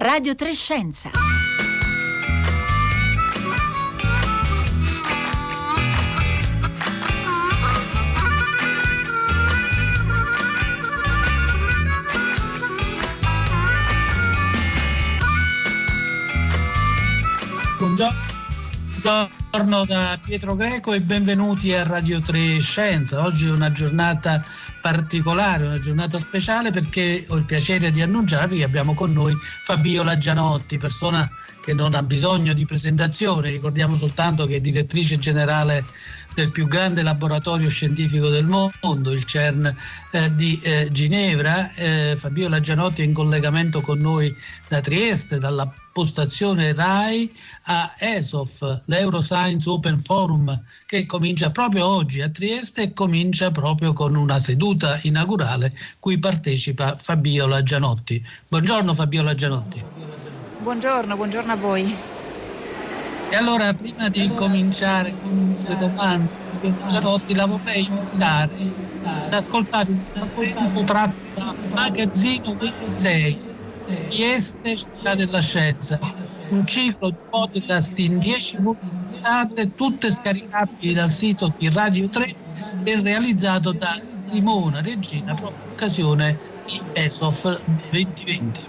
Radio 3 Scienza. Buongiorno da Pietro Greco e benvenuti a Radio 3 Scienza. Oggi è una giornata particolare, una giornata speciale, perché ho il piacere di annunciarvi che abbiamo con noi Fabiola Gianotti, persona che non ha bisogno di presentazione. Ricordiamo soltanto che è direttrice generale del più grande laboratorio scientifico del mondo, il CERN di Ginevra. Fabiola Gianotti è in collegamento con noi da Trieste, dalla postazione RAI a ESOF, l'Euroscience Open Forum, che comincia proprio oggi a Trieste e comincia proprio con una seduta inaugurale cui partecipa Fabiola Gianotti. Buongiorno Fabiola Gianotti. Buongiorno a voi. E allora, prima di cominciare con le domande, Gianotti, la vorrei invitare ad ascoltare un intervento tratto da Magazzino 26, Trieste, Città della Scienza, un ciclo di podcast in 10 puntate, tutte scaricabili dal sito di Radio 3 e realizzato da Simona Regina proprio in occasione di ESOF 2020.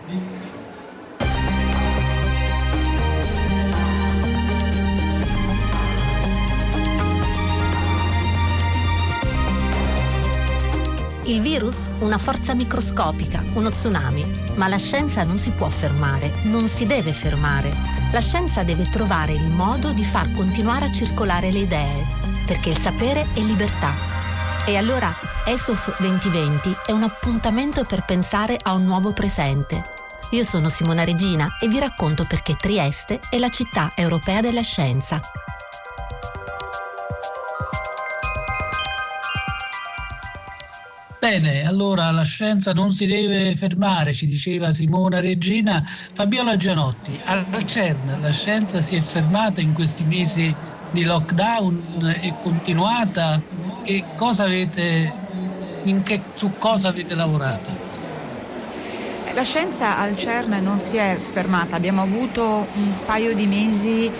Il virus? Una forza microscopica, uno tsunami. Ma la scienza non si può fermare, non si deve fermare. La scienza deve trovare il modo di far continuare a circolare le idee, perché il sapere è libertà. E allora ESOF 2020 è un appuntamento per pensare a un nuovo presente. Io sono Simona Regina e vi racconto perché Trieste è la città europea della scienza. Bene, allora la scienza non si deve fermare, ci diceva Simona Regina. Fabiola Gianotti, al CERN la scienza si è fermata in questi mesi di lockdown? È continuata? Su cosa avete lavorato? La scienza al CERN non si è fermata, abbiamo avuto un paio di mesi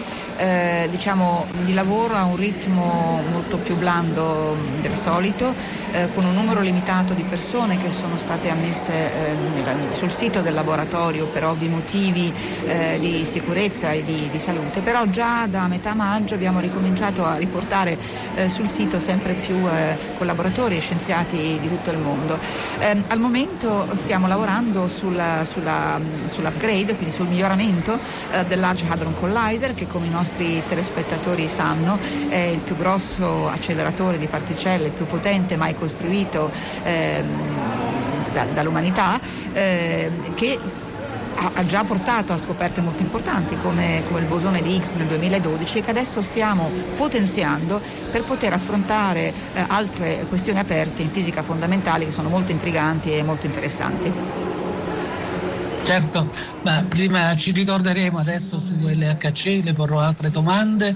di lavoro a un ritmo molto più blando del solito, con un numero limitato di persone che sono state ammesse sul sito del laboratorio per ovvi motivi di sicurezza e di salute, però già da metà maggio abbiamo ricominciato a riportare sul sito sempre più collaboratori e scienziati di tutto il mondo. Al momento stiamo lavorando sull'upgrade, quindi sul miglioramento del Large Hadron Collider, che come i nostri telespettatori sanno è il più grosso acceleratore di particelle, il più potente mai costruito dall'umanità, che ha già portato a scoperte molto importanti come il bosone di Higgs nel 2012 e che adesso stiamo potenziando per poter affrontare altre questioni aperte in fisica fondamentale che sono molto intriganti e molto interessanti. Certo, ma prima ci ritorneremo adesso su LHC, le porrò altre domande,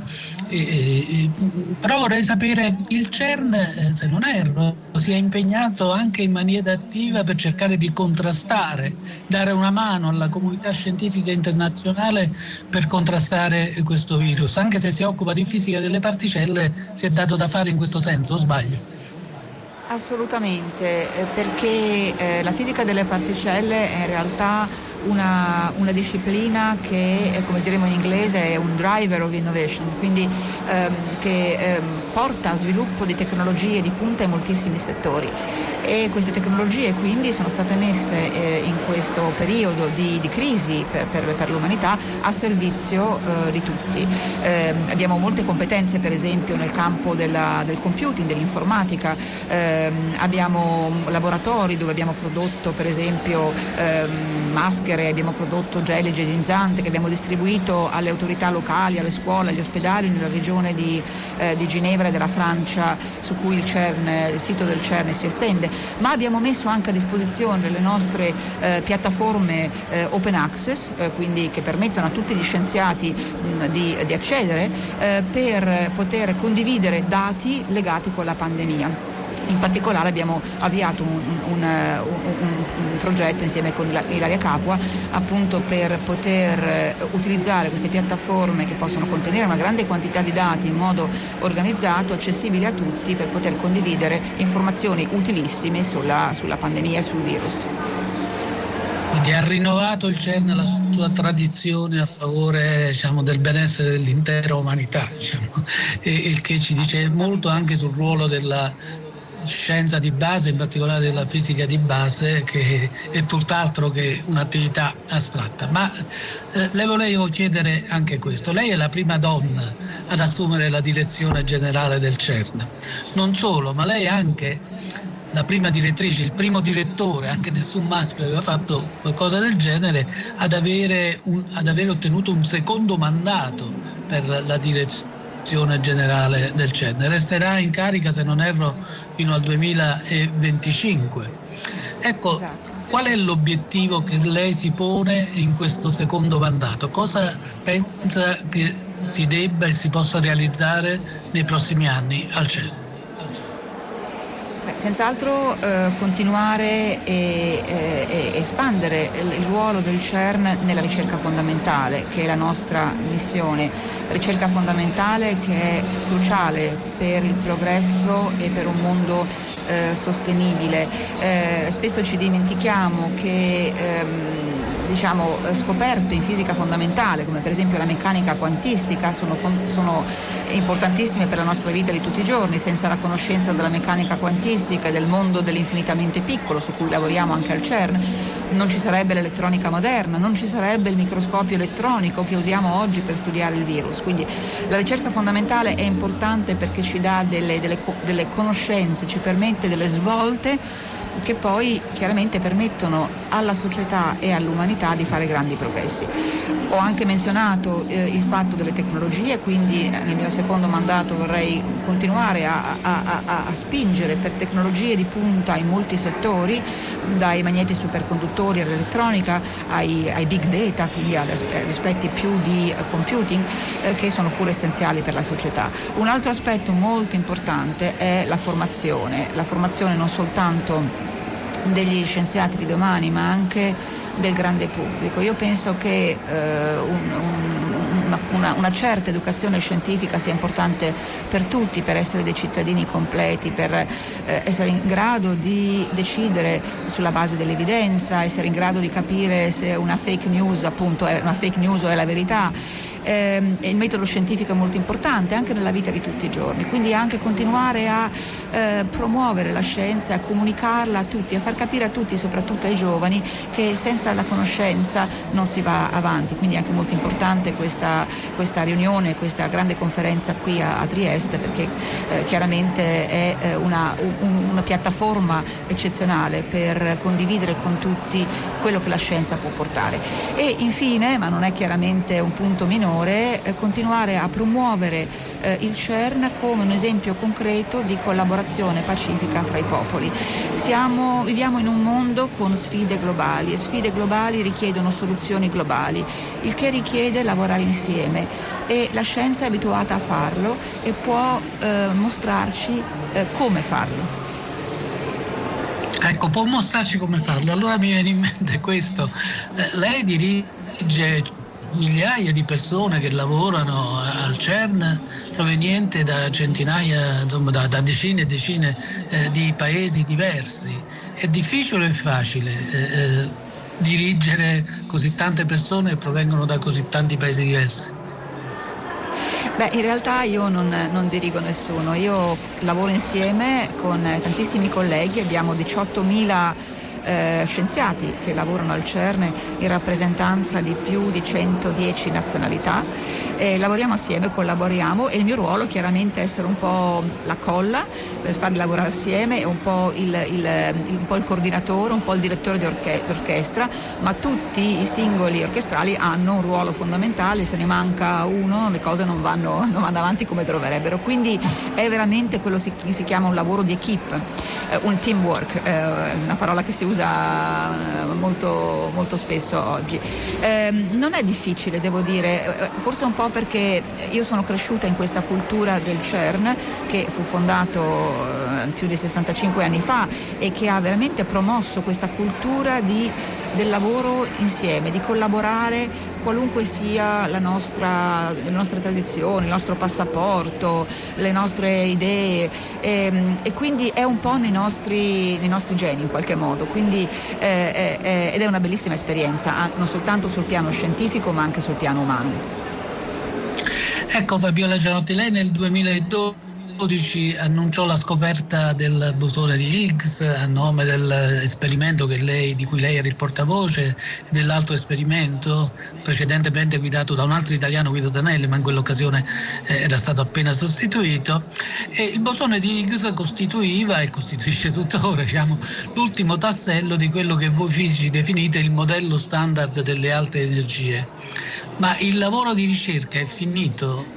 però vorrei sapere, il CERN, se non erro, si è impegnato anche in maniera attiva per cercare di contrastare, dare una mano alla comunità scientifica internazionale per contrastare questo virus, anche se si occupa di fisica delle particelle, si è dato da fare in questo senso, o sbaglio? Assolutamente, perché la fisica delle particelle è in realtà una disciplina che, come diremo in inglese, è un driver of innovation, quindi che porta a sviluppo di tecnologie di punta in moltissimi settori. E queste tecnologie quindi sono state messe in questo periodo di crisi per l'umanità a servizio di tutti. Abbiamo molte competenze, per esempio nel campo del computing, dell'informatica, abbiamo laboratori dove abbiamo prodotto per esempio maschere, abbiamo prodotto gel igienizzante che abbiamo distribuito alle autorità locali, alle scuole, agli ospedali nella regione di Ginevra e della Francia, su cui il sito del CERN si estende. Ma abbiamo messo anche a disposizione le nostre piattaforme open access, quindi che permettono a tutti gli scienziati di accedere per poter condividere dati legati con la pandemia. In particolare abbiamo avviato un progetto insieme con Ilaria Capua, appunto per poter utilizzare queste piattaforme che possono contenere una grande quantità di dati in modo organizzato, accessibile a tutti, per poter condividere informazioni utilissime sulla pandemia e sul virus. Quindi ha rinnovato il CERN la sua tradizione a favore, diciamo, del benessere dell'intera umanità, diciamo, il che ci dice molto anche sul ruolo della scienza di base, in particolare della fisica di base, che è tutt'altro che un'attività astratta. Ma le volevo chiedere anche questo. Lei è la prima donna ad assumere la direzione generale del CERN. Non solo, ma lei è anche la prima direttrice, il primo direttore, anche nessun maschio aveva fatto qualcosa del genere, ad avere ottenuto un secondo mandato per la direzione generale del CERN. Resterà in carica, se non erro, fino al 2025. Ecco, esatto. Qual è l'obiettivo che lei si pone in questo secondo mandato? Cosa pensa che si debba e si possa realizzare nei prossimi anni al CERN? Senz'altro continuare e espandere il ruolo del CERN nella ricerca fondamentale, che è la nostra missione, ricerca fondamentale che è cruciale per il progresso e per un mondo sostenibile. Spesso ci dimentichiamo che scoperte in fisica fondamentale, come per esempio la meccanica quantistica, sono importantissime per la nostra vita di tutti i giorni. Senza la conoscenza della meccanica quantistica e del mondo dell'infinitamente piccolo, su cui lavoriamo anche al CERN, non ci sarebbe l'elettronica moderna, non ci sarebbe il microscopio elettronico che usiamo oggi per studiare il virus. Quindi la ricerca fondamentale è importante perché ci dà delle conoscenze, ci permette delle svolte che poi chiaramente permettono alla società e all'umanità di fare grandi progressi. Ho anche menzionato il fatto delle tecnologie, quindi nel mio secondo mandato vorrei continuare a spingere per tecnologie di punta in molti settori, dai magneti superconduttori all'elettronica, ai big data, quindi agli aspetti più di computing, che sono pure essenziali per la società. Un altro aspetto molto importante è la formazione non soltanto degli scienziati di domani, ma anche del grande pubblico. Io penso che una certa educazione scientifica sia importante per tutti, per essere dei cittadini completi, per essere in grado di decidere sulla base dell'evidenza, essere in grado di capire se una fake news appunto è una fake news o è la verità. Il metodo scientifico è molto importante anche nella vita di tutti i giorni, quindi anche continuare a promuovere la scienza, a comunicarla a tutti, a far capire a tutti, soprattutto ai giovani, che senza la conoscenza non si va avanti. Quindi è anche molto importante questa riunione, questa grande conferenza qui a Trieste, perché chiaramente è una piattaforma eccezionale per condividere con tutti quello che la scienza può portare. E infine, ma non è chiaramente un punto minore, continuare a promuovere il CERN come un esempio concreto di collaborazione pacifica fra i popoli. Viviamo in un mondo con sfide globali, e sfide globali richiedono soluzioni globali, il che richiede lavorare insieme, e la scienza è abituata a farlo e può mostrarci come farlo. Ecco, può mostrarci come farlo. Allora mi viene in mente questo. Lei dirige migliaia di persone che lavorano al CERN, provenienti da centinaia, insomma da decine e decine di paesi diversi. È difficile o è facile dirigere così tante persone che provengono da così tanti paesi diversi? In realtà io non dirigo nessuno, io lavoro insieme con tantissimi colleghi, abbiamo 18.000 scienziati che lavorano al CERN in rappresentanza di più di 110 nazionalità. Lavoriamo assieme, collaboriamo, e il mio ruolo chiaramente è essere un po' la colla per farli lavorare assieme, e un po' il coordinatore, un po' il direttore di orchestra, ma tutti i singoli orchestrali hanno un ruolo fondamentale. Se ne manca uno le cose non vanno avanti come dovrebbero, quindi è veramente quello che si chiama un lavoro di equipe, un teamwork, una parola che si usa molto, molto spesso oggi. Non è difficile, devo dire, forse un po' po' perché io sono cresciuta in questa cultura del CERN, che fu fondato più di 65 anni fa e che ha veramente promosso questa cultura del lavoro insieme, di collaborare qualunque sia le nostre tradizioni, il nostro passaporto, le nostre idee, e quindi è un po' nei nostri geni in qualche modo, quindi ed è una bellissima esperienza, non soltanto sul piano scientifico ma anche sul piano umano. Ecco, Fabiola Gianotti, lei nel 2012 annunciò la scoperta del bosone di Higgs a nome dell'esperimento di cui lei era il portavoce, e dell'altro esperimento precedentemente guidato da un altro italiano, Guido Danelli, ma in quell'occasione era stato appena sostituito. E il bosone di Higgs costituiva e costituisce tuttora, l'ultimo tassello di quello che voi fisici definite il modello standard delle alte energie. Ma il lavoro di ricerca è finito?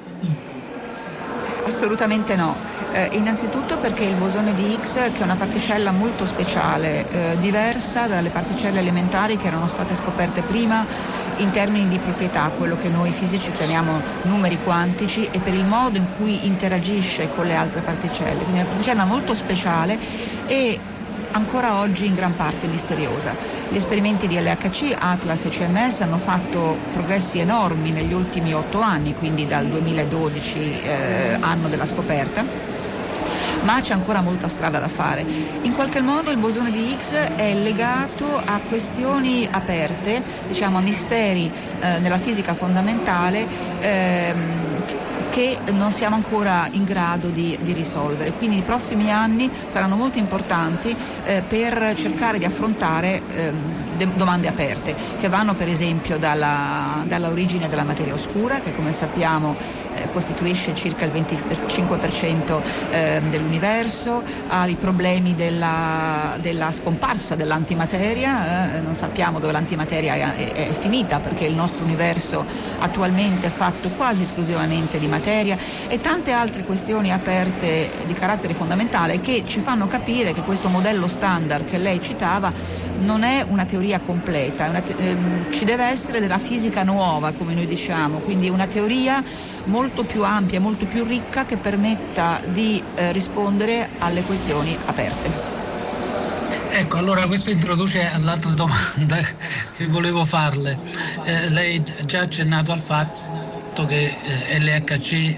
Assolutamente no. Innanzitutto perché il bosone di Higgs, che è una particella molto speciale, diversa dalle particelle elementari che erano state scoperte prima in termini di proprietà, quello che noi fisici chiamiamo numeri quantici, e per il modo in cui interagisce con le altre particelle. Quindi è una particella molto speciale e ancora oggi in gran parte misteriosa. Gli esperimenti di LHC, Atlas e CMS hanno fatto progressi enormi negli ultimi 8 anni, quindi dal 2012, anno della scoperta, ma c'è ancora molta strada da fare. In qualche modo il bosone di Higgs è legato a questioni aperte, a misteri nella fisica fondamentale, che non siamo ancora in grado di risolvere. Quindi i prossimi anni saranno molto importanti per cercare di affrontare domande aperte, che vanno per esempio dalla origine della materia oscura, che come sappiamo costituisce circa il 25% dell'universo, ai problemi della scomparsa dell'antimateria. Non sappiamo dove l'antimateria è finita, perché il nostro universo attualmente è fatto quasi esclusivamente di materia, e tante altre questioni aperte di carattere fondamentale che ci fanno capire che questo modello standard che lei citava non è una teoria completa, ci deve essere della fisica nuova, come noi diciamo, quindi una teoria molto più ampia, molto più ricca, che permetta di rispondere alle questioni aperte. Ecco, allora questo introduce all'altra domanda che volevo farle. Lei ha già accennato al fatto che LHC,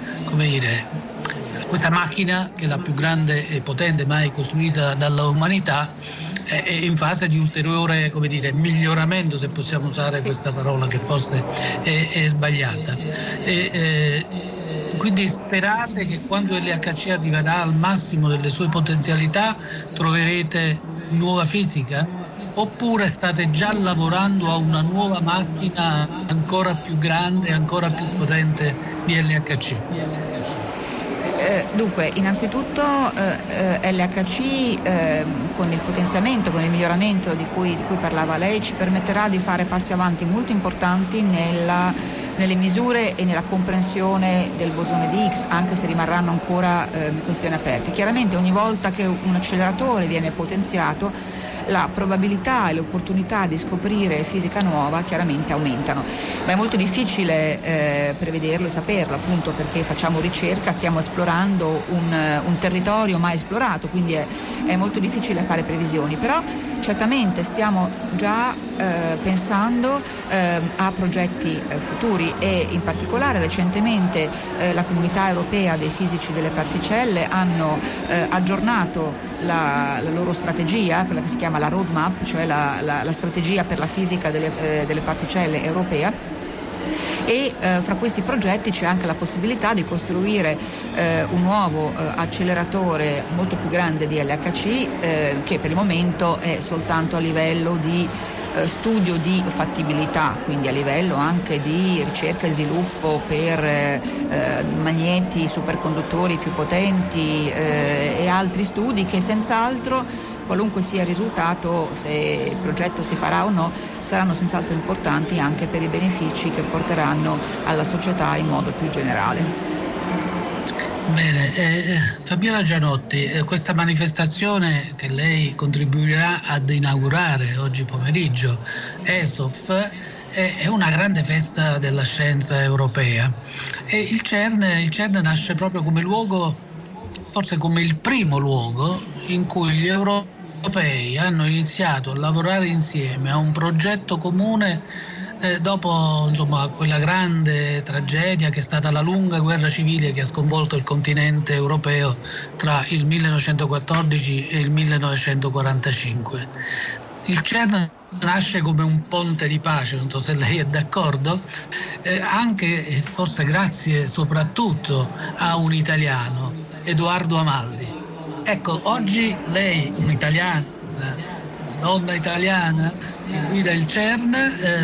questa macchina, che è la più grande e potente mai costruita dalla umanità, è in fase di ulteriore, miglioramento, se possiamo usare questa parola che forse è sbagliata. Quindi sperate che quando LHC arriverà al massimo delle sue potenzialità troverete nuova fisica? Oppure state già lavorando a una nuova macchina ancora più grande, ancora più potente di LHC? Dunque, innanzitutto LHC con il potenziamento, con il miglioramento di cui parlava lei, ci permetterà di fare passi avanti molto importanti nelle misure e nella comprensione del bosone di Higgs, anche se rimarranno ancora questioni aperte. Chiaramente ogni volta che un acceleratore viene potenziato, la probabilità e l'opportunità di scoprire fisica nuova chiaramente aumentano, ma è molto difficile prevederlo e saperlo, appunto perché facciamo ricerca, stiamo esplorando un territorio mai esplorato, quindi è molto difficile fare previsioni, però certamente stiamo già pensando a progetti futuri, e in particolare recentemente la Comunità Europea dei Fisici delle Particelle hanno aggiornato la loro strategia, quella che si chiama la roadmap, cioè la strategia per la fisica delle particelle europea, e fra questi progetti c'è anche la possibilità di costruire un nuovo acceleratore molto più grande di LHC, che per il momento è soltanto a livello di studio di fattibilità, quindi a livello anche di ricerca e sviluppo per magneti superconduttori più potenti e altri studi che senz'altro, qualunque sia il risultato, se il progetto si farà o no, saranno senz'altro importanti anche per i benefici che porteranno alla società in modo più generale. Bene, Fabiola Gianotti, questa manifestazione che lei contribuirà ad inaugurare oggi pomeriggio, ESOF, è una grande festa della scienza europea e il CERN nasce proprio come luogo, forse come il primo luogo in cui gli europei hanno iniziato a lavorare insieme a un progetto comune dopo quella grande tragedia che è stata la lunga guerra civile che ha sconvolto il continente europeo tra il 1914 e il 1945. Il CERN nasce come un ponte di pace, non so se lei è d'accordo, anche e forse grazie soprattutto a un italiano, Edoardo Amaldi. Ecco, oggi lei, un'italiana, donna italiana che guida il CERN,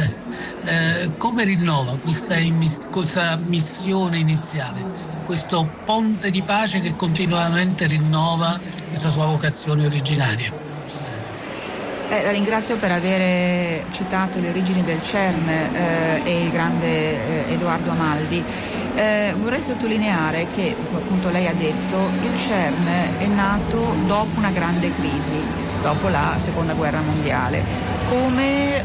come rinnova questa missione iniziale, questo ponte di pace che continuamente rinnova questa sua vocazione originaria? La ringrazio per aver citato le origini del CERN e il grande Edoardo Amaldi. Vorrei sottolineare che, come appunto lei ha detto, il CERN è nato dopo una grande crisi, dopo la Seconda Guerra Mondiale, come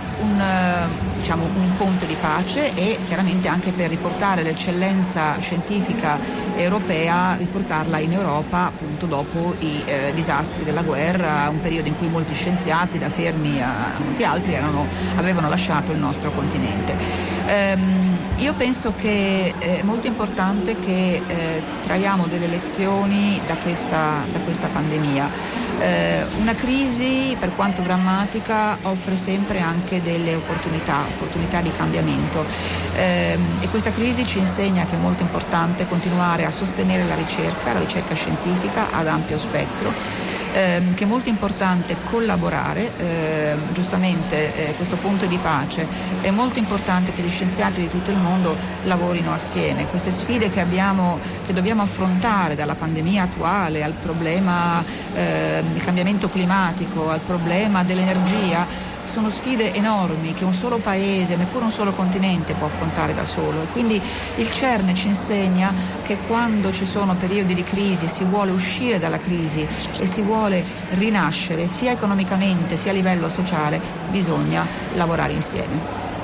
un ponte di pace e chiaramente anche per riportare l'eccellenza scientifica europea, riportarla in Europa appunto dopo i disastri della guerra, un periodo in cui molti scienziati, da Fermi a molti altri, avevano lasciato il nostro continente. Io penso che è molto importante che traiamo delle lezioni da questa pandemia. Una crisi, per quanto drammatica, offre sempre anche delle opportunità di cambiamento, e questa crisi ci insegna che è molto importante continuare a sostenere la ricerca scientifica ad ampio spettro, che è molto importante collaborare, giustamente questo punto di pace, è molto importante che gli scienziati di tutto il mondo lavorino assieme. Queste sfide che dobbiamo affrontare, dalla pandemia attuale al problema del cambiamento climatico, al problema dell'energia, sono sfide enormi che un solo paese, neppure un solo continente può affrontare da solo, e quindi il CERN ci insegna che quando ci sono periodi di crisi, si vuole uscire dalla crisi e si vuole rinascere sia economicamente sia a livello sociale, bisogna lavorare insieme.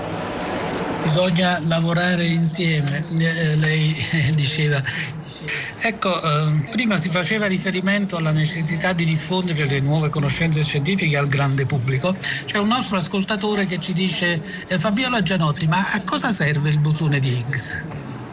Bisogna lavorare insieme, lei diceva. Ecco, prima si faceva riferimento alla necessità di diffondere le nuove conoscenze scientifiche al grande pubblico. C'è un nostro ascoltatore che ci dice: Fabiola Gianotti, ma a cosa serve il bosone di Higgs?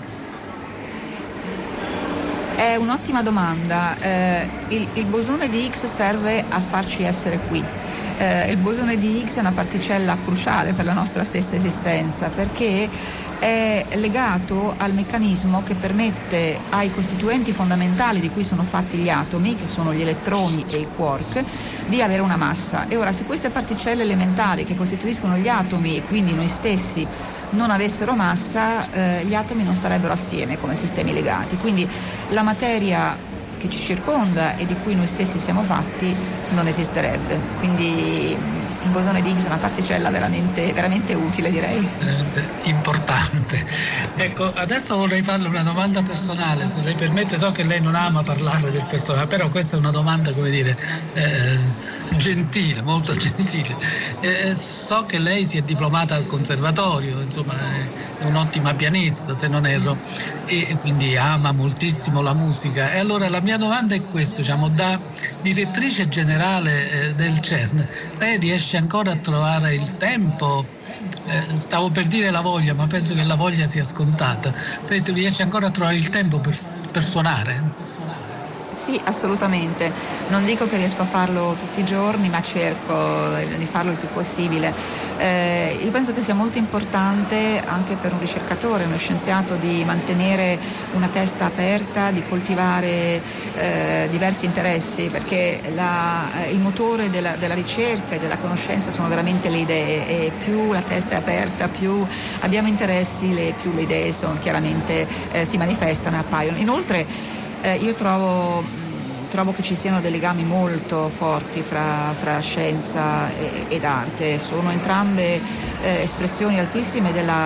È un'ottima domanda. Il bosone di Higgs serve a farci essere qui. Il bosone di Higgs è una particella cruciale per la nostra stessa esistenza, perché è legato al meccanismo che permette ai costituenti fondamentali di cui sono fatti gli atomi, che sono gli elettroni e i quark, di avere una massa. E ora, se queste particelle elementari che costituiscono gli atomi e quindi noi stessi non avessero massa, gli atomi non starebbero assieme come sistemi legati. Quindi la materia che ci circonda e di cui noi stessi siamo fatti non esisterebbe. Quindi il bosone di Higgs è una particella veramente, veramente utile, direi. Veramente importante. Ecco, adesso vorrei farle una domanda personale, se lei permette. So che lei non ama parlare del personale, però questa è una domanda, come dire, gentile, molto gentile. So che lei si è diplomata al conservatorio, insomma è un'ottima pianista, se non erro, e quindi ama moltissimo la musica. E allora la mia domanda è questa, da direttrice generale del CERN, lei riesce ancora a trovare il tempo? Stavo per dire la voglia, ma penso che la voglia sia scontata. Lei riesce ancora a trovare il tempo per suonare? Sì, assolutamente. Non dico che riesco a farlo tutti i giorni, ma cerco di farlo il più possibile. Io penso che sia molto importante anche per un ricercatore, uno scienziato, di mantenere una testa aperta, di coltivare diversi interessi, perché il motore della ricerca e della conoscenza sono veramente le idee, e più la testa è aperta, più abbiamo interessi, più le idee chiaramente si manifestano e appaiono. Inoltre io trovo che ci siano dei legami molto forti fra scienza ed arte. Sono entrambe espressioni altissime della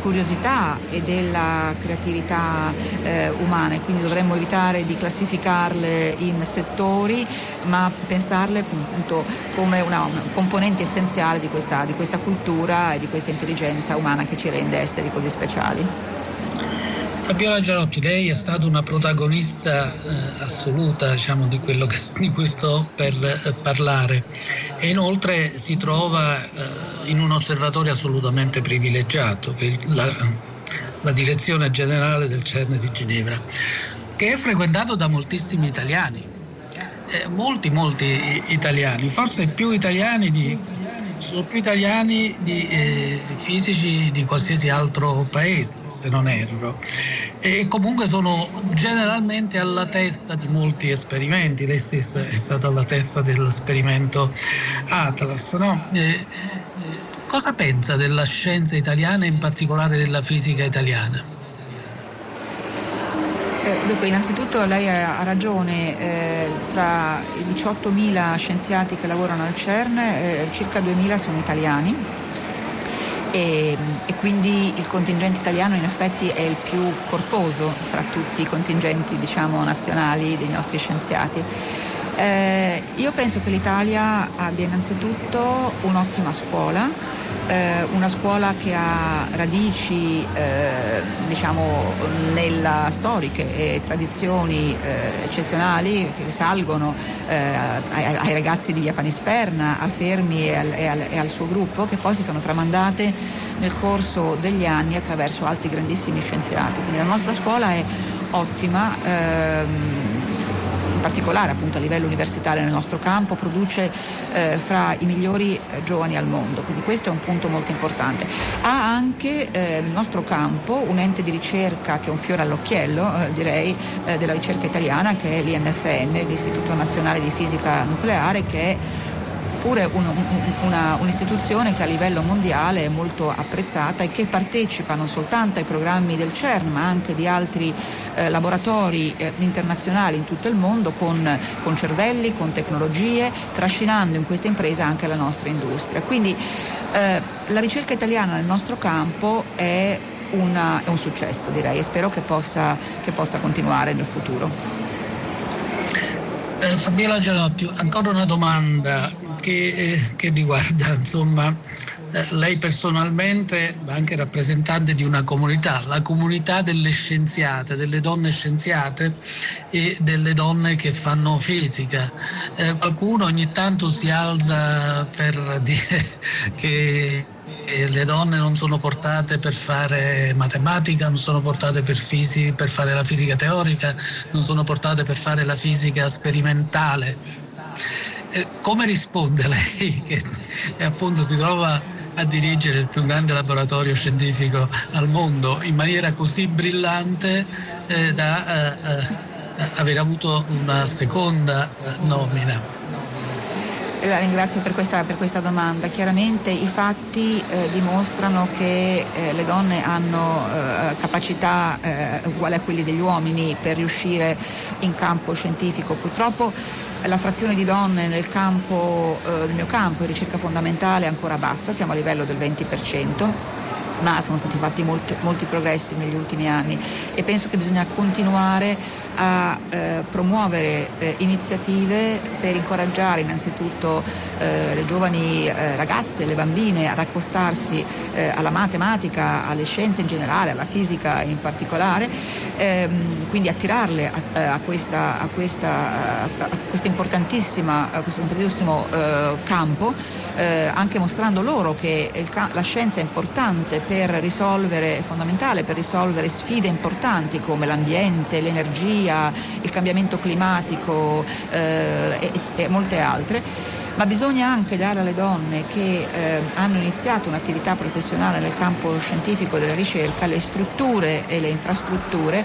curiosità e della creatività umane, quindi dovremmo evitare di classificarle in settori, ma pensarle appunto come una componente essenziale di questa cultura e di questa intelligenza umana che ci rende esseri così speciali. Fabiola Gianotti, lei è stata una protagonista assoluta, diciamo, di cui sto per parlare, e inoltre si trova in un osservatorio assolutamente privilegiato, che è la direzione generale del CERN di Ginevra, che è frequentato da moltissimi italiani, molti italiani, forse ci sono più italiani di fisici di qualsiasi altro paese, se non erro, e comunque sono generalmente alla testa di molti esperimenti. Lei stessa è stata alla testa dell'esperimento Atlas, no? Cosa pensa della scienza italiana e in particolare della fisica italiana? Dunque, innanzitutto lei ha ragione, fra i 18.000 scienziati che lavorano al CERN, circa 2.000 sono italiani e quindi il contingente italiano in effetti è il più corposo fra tutti i contingenti, diciamo, nazionali dei nostri scienziati. Io penso che l'Italia abbia innanzitutto un'ottima scuola, una scuola che ha radici diciamo storiche e tradizioni eccezionali che risalgono ai ragazzi di via Panisperna, a Fermi e al suo gruppo, che poi si sono tramandate nel corso degli anni attraverso altri grandissimi scienziati. Quindi la nostra scuola è ottima, in particolare appunto a livello universitario nel nostro campo, produce fra i migliori giovani al mondo, quindi questo è un punto molto importante. Ha anche nel nostro campo un ente di ricerca che è un fiore all'occhiello, direi, della ricerca italiana, che è l'INFN, l'Istituto Nazionale di Fisica Nucleare, che è pure un'istituzione che a livello mondiale è molto apprezzata e che partecipa non soltanto ai programmi del CERN ma anche di altri laboratori internazionali in tutto il mondo con cervelli, con tecnologie, trascinando in questa impresa anche la nostra industria. Quindi la ricerca italiana nel nostro campo è un successo, direi, e spero che possa continuare nel futuro. Fabiola Gianotti, ancora una domanda che riguarda, insomma, lei personalmente, ma anche rappresentante di una comunità, la comunità delle scienziate, delle donne scienziate e delle donne che fanno fisica. Qualcuno ogni tanto si alza per dire che le donne non sono portate per fare matematica, non sono portate per fare la fisica teorica, non sono portate per fare la fisica sperimentale. Come risponde lei che appunto si trova a dirigere il più grande laboratorio scientifico al mondo in maniera così brillante da aver avuto una seconda nomina? La ringrazio per questa domanda. Chiaramente i fatti dimostrano che le donne hanno capacità uguali a quelli degli uomini per riuscire in campo scientifico. Purtroppo la frazione di donne nel mio campo, in ricerca fondamentale, è ancora bassa, siamo a livello del 20%. Ma sono stati fatti molti progressi negli ultimi anni e penso che bisogna continuare a promuovere iniziative per incoraggiare innanzitutto le giovani ragazze, le bambine ad accostarsi alla matematica, alle scienze in generale, alla fisica in particolare, quindi attirarle a questo importantissimo campo, anche mostrando loro che la scienza è importante è fondamentale per risolvere sfide importanti come l'ambiente, l'energia, il cambiamento climatico e molte altre. Ma bisogna anche dare alle donne che hanno iniziato un'attività professionale nel campo scientifico della ricerca le strutture e le infrastrutture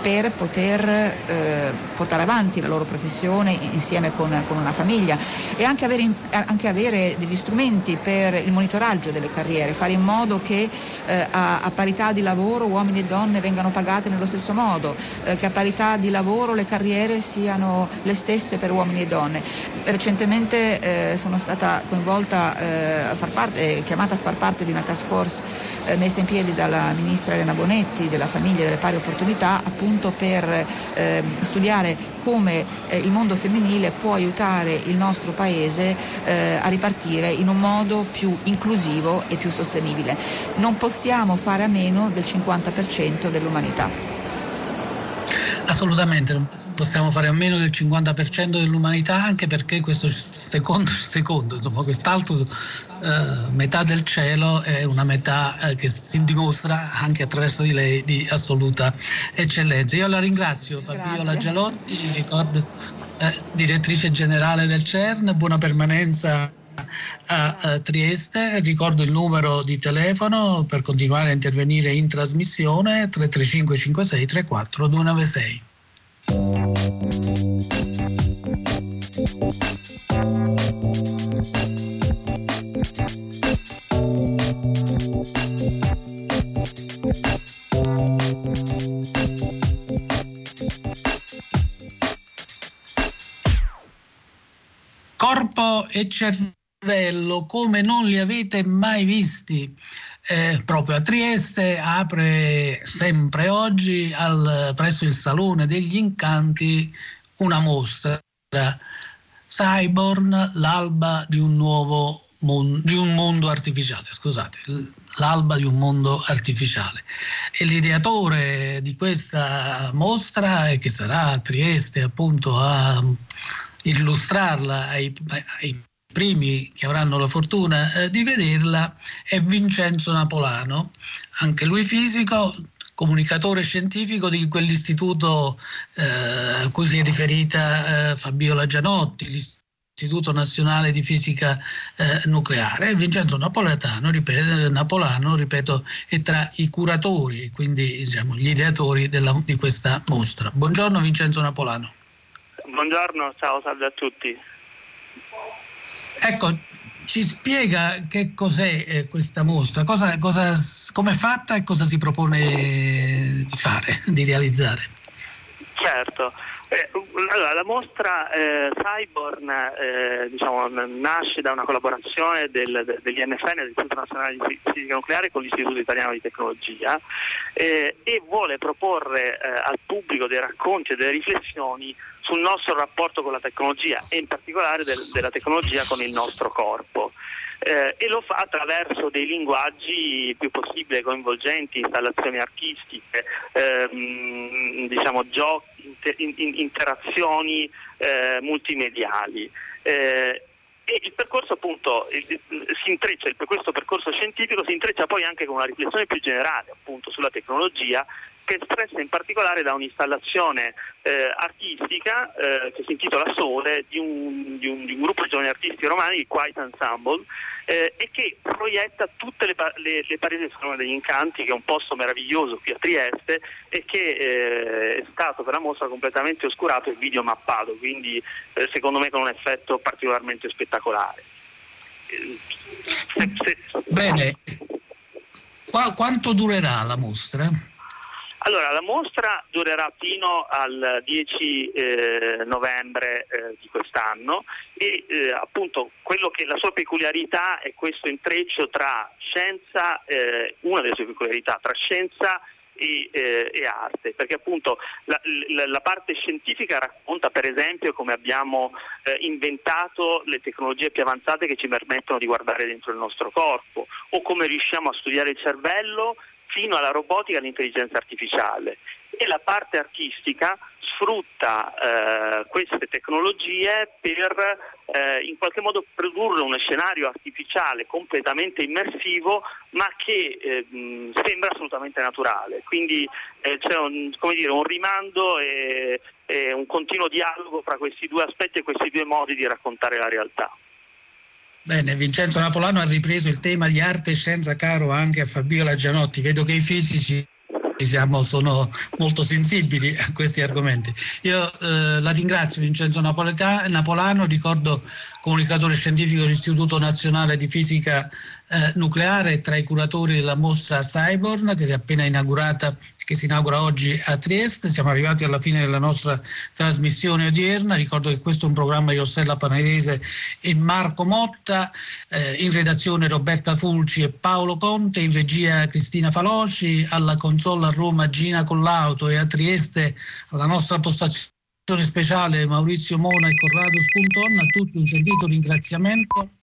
per poter portare avanti la loro professione insieme con una famiglia, e anche avere degli strumenti per il monitoraggio delle carriere, fare in modo che a parità di lavoro uomini e donne vengano pagate nello stesso modo, che a parità di lavoro le carriere siano le stesse per uomini e donne. Recentemente sono stata coinvolta chiamata a far parte di una task force messa in piedi dalla ministra Elena Bonetti della famiglia e delle pari opportunità, appunto per studiare come il mondo femminile può aiutare il nostro paese a ripartire in un modo più inclusivo e più sostenibile. Non possiamo fare a meno del 50% dell'umanità. Assolutamente, non possiamo fare a meno del 50% dell'umanità, anche perché questo secondo, insomma, quest'altro metà del cielo è una metà che si dimostra anche attraverso di lei di assoluta eccellenza. Io la ringrazio, Fabiola Gialotti, ricordo direttrice generale del CERN, buona permanenza a Trieste. Ricordo il numero di telefono per continuare a intervenire in trasmissione: 335 56 34 296. Corpo e cervello come non li avete mai visti. Proprio a Trieste apre sempre oggi presso il Salone degli Incanti una mostra, Cyborn, l'alba di un nuovo mondo artificiale, l'alba di un mondo artificiale. E l'ideatore di questa mostra, che sarà a Trieste appunto a illustrarla ai primi che avranno la fortuna di vederla, è Vincenzo Napolano, anche lui fisico, comunicatore scientifico di quell'istituto a cui si è riferita Fabiola Gianotti, l'Istituto Nazionale di Fisica Nucleare. Vincenzo Napolano, ripeto, è tra i curatori, quindi diciamo gli ideatori di questa mostra. Buongiorno Vincenzo Napolano. Buongiorno, salve a tutti. Ecco, ci spiega che cos'è questa mostra, come è fatta e cosa si propone di fare, di realizzare. Certo, allora, la mostra Cyborn nasce da una collaborazione dell'INFN, dell'Istituto Nazionale di Fisica Nucleare, con l'Istituto Italiano di Tecnologia, e vuole proporre al pubblico dei racconti e delle riflessioni sul nostro rapporto con la tecnologia e in particolare della tecnologia con il nostro corpo. E lo fa attraverso dei linguaggi più possibile coinvolgenti, installazioni artistiche, giochi, interazioni multimediali. E il percorso appunto questo percorso scientifico si intreccia poi anche con una riflessione più generale appunto sulla tecnologia, che è espressa in particolare da un'installazione artistica che si intitola Sole, di un gruppo di giovani artisti romani, il Quiet Ensemble, e che proietta tutte le pareti del Salone degli Incanti, che è un posto meraviglioso qui a Trieste e che è stato per la mostra completamente oscurato e videomappato, quindi secondo me con un effetto particolarmente spettacolare. Bene, quanto durerà la mostra? Allora, la mostra durerà fino al 10 novembre di quest'anno e appunto quello che la sua peculiarità è questo intreccio tra scienza, una delle sue peculiarità, tra scienza e arte, perché appunto la parte scientifica racconta per esempio come abbiamo inventato le tecnologie più avanzate che ci permettono di guardare dentro il nostro corpo, o come riusciamo a studiare il cervello fino alla robotica e all'intelligenza artificiale. E la parte artistica sfrutta queste tecnologie per in qualche modo produrre uno scenario artificiale completamente immersivo, ma che sembra assolutamente naturale. Quindi c'è un rimando e un continuo dialogo fra questi due aspetti e questi due modi di raccontare la realtà. Bene, Vincenzo Napolano ha ripreso il tema di arte e scienza caro anche a Fabiola Gianotti. Vedo che i fisici sono molto sensibili a questi argomenti. Io la ringrazio, Vincenzo Napolano, ricordo comunicatore scientifico dell'Istituto Nazionale di Fisica Nucleare, tra i curatori della mostra Cyborn che è appena inaugurata, che si inaugura oggi a Trieste. Siamo arrivati alla fine della nostra trasmissione odierna. Ricordo che questo è un programma di Rossella Panarese e Marco Motta, in redazione Roberta Fulci e Paolo Conte, in regia Cristina Faloci, alla console a Roma Gina Collauto e a Trieste alla nostra postazione speciale Maurizio Mona e Corrado Spunton. A tutti un sentito ringraziamento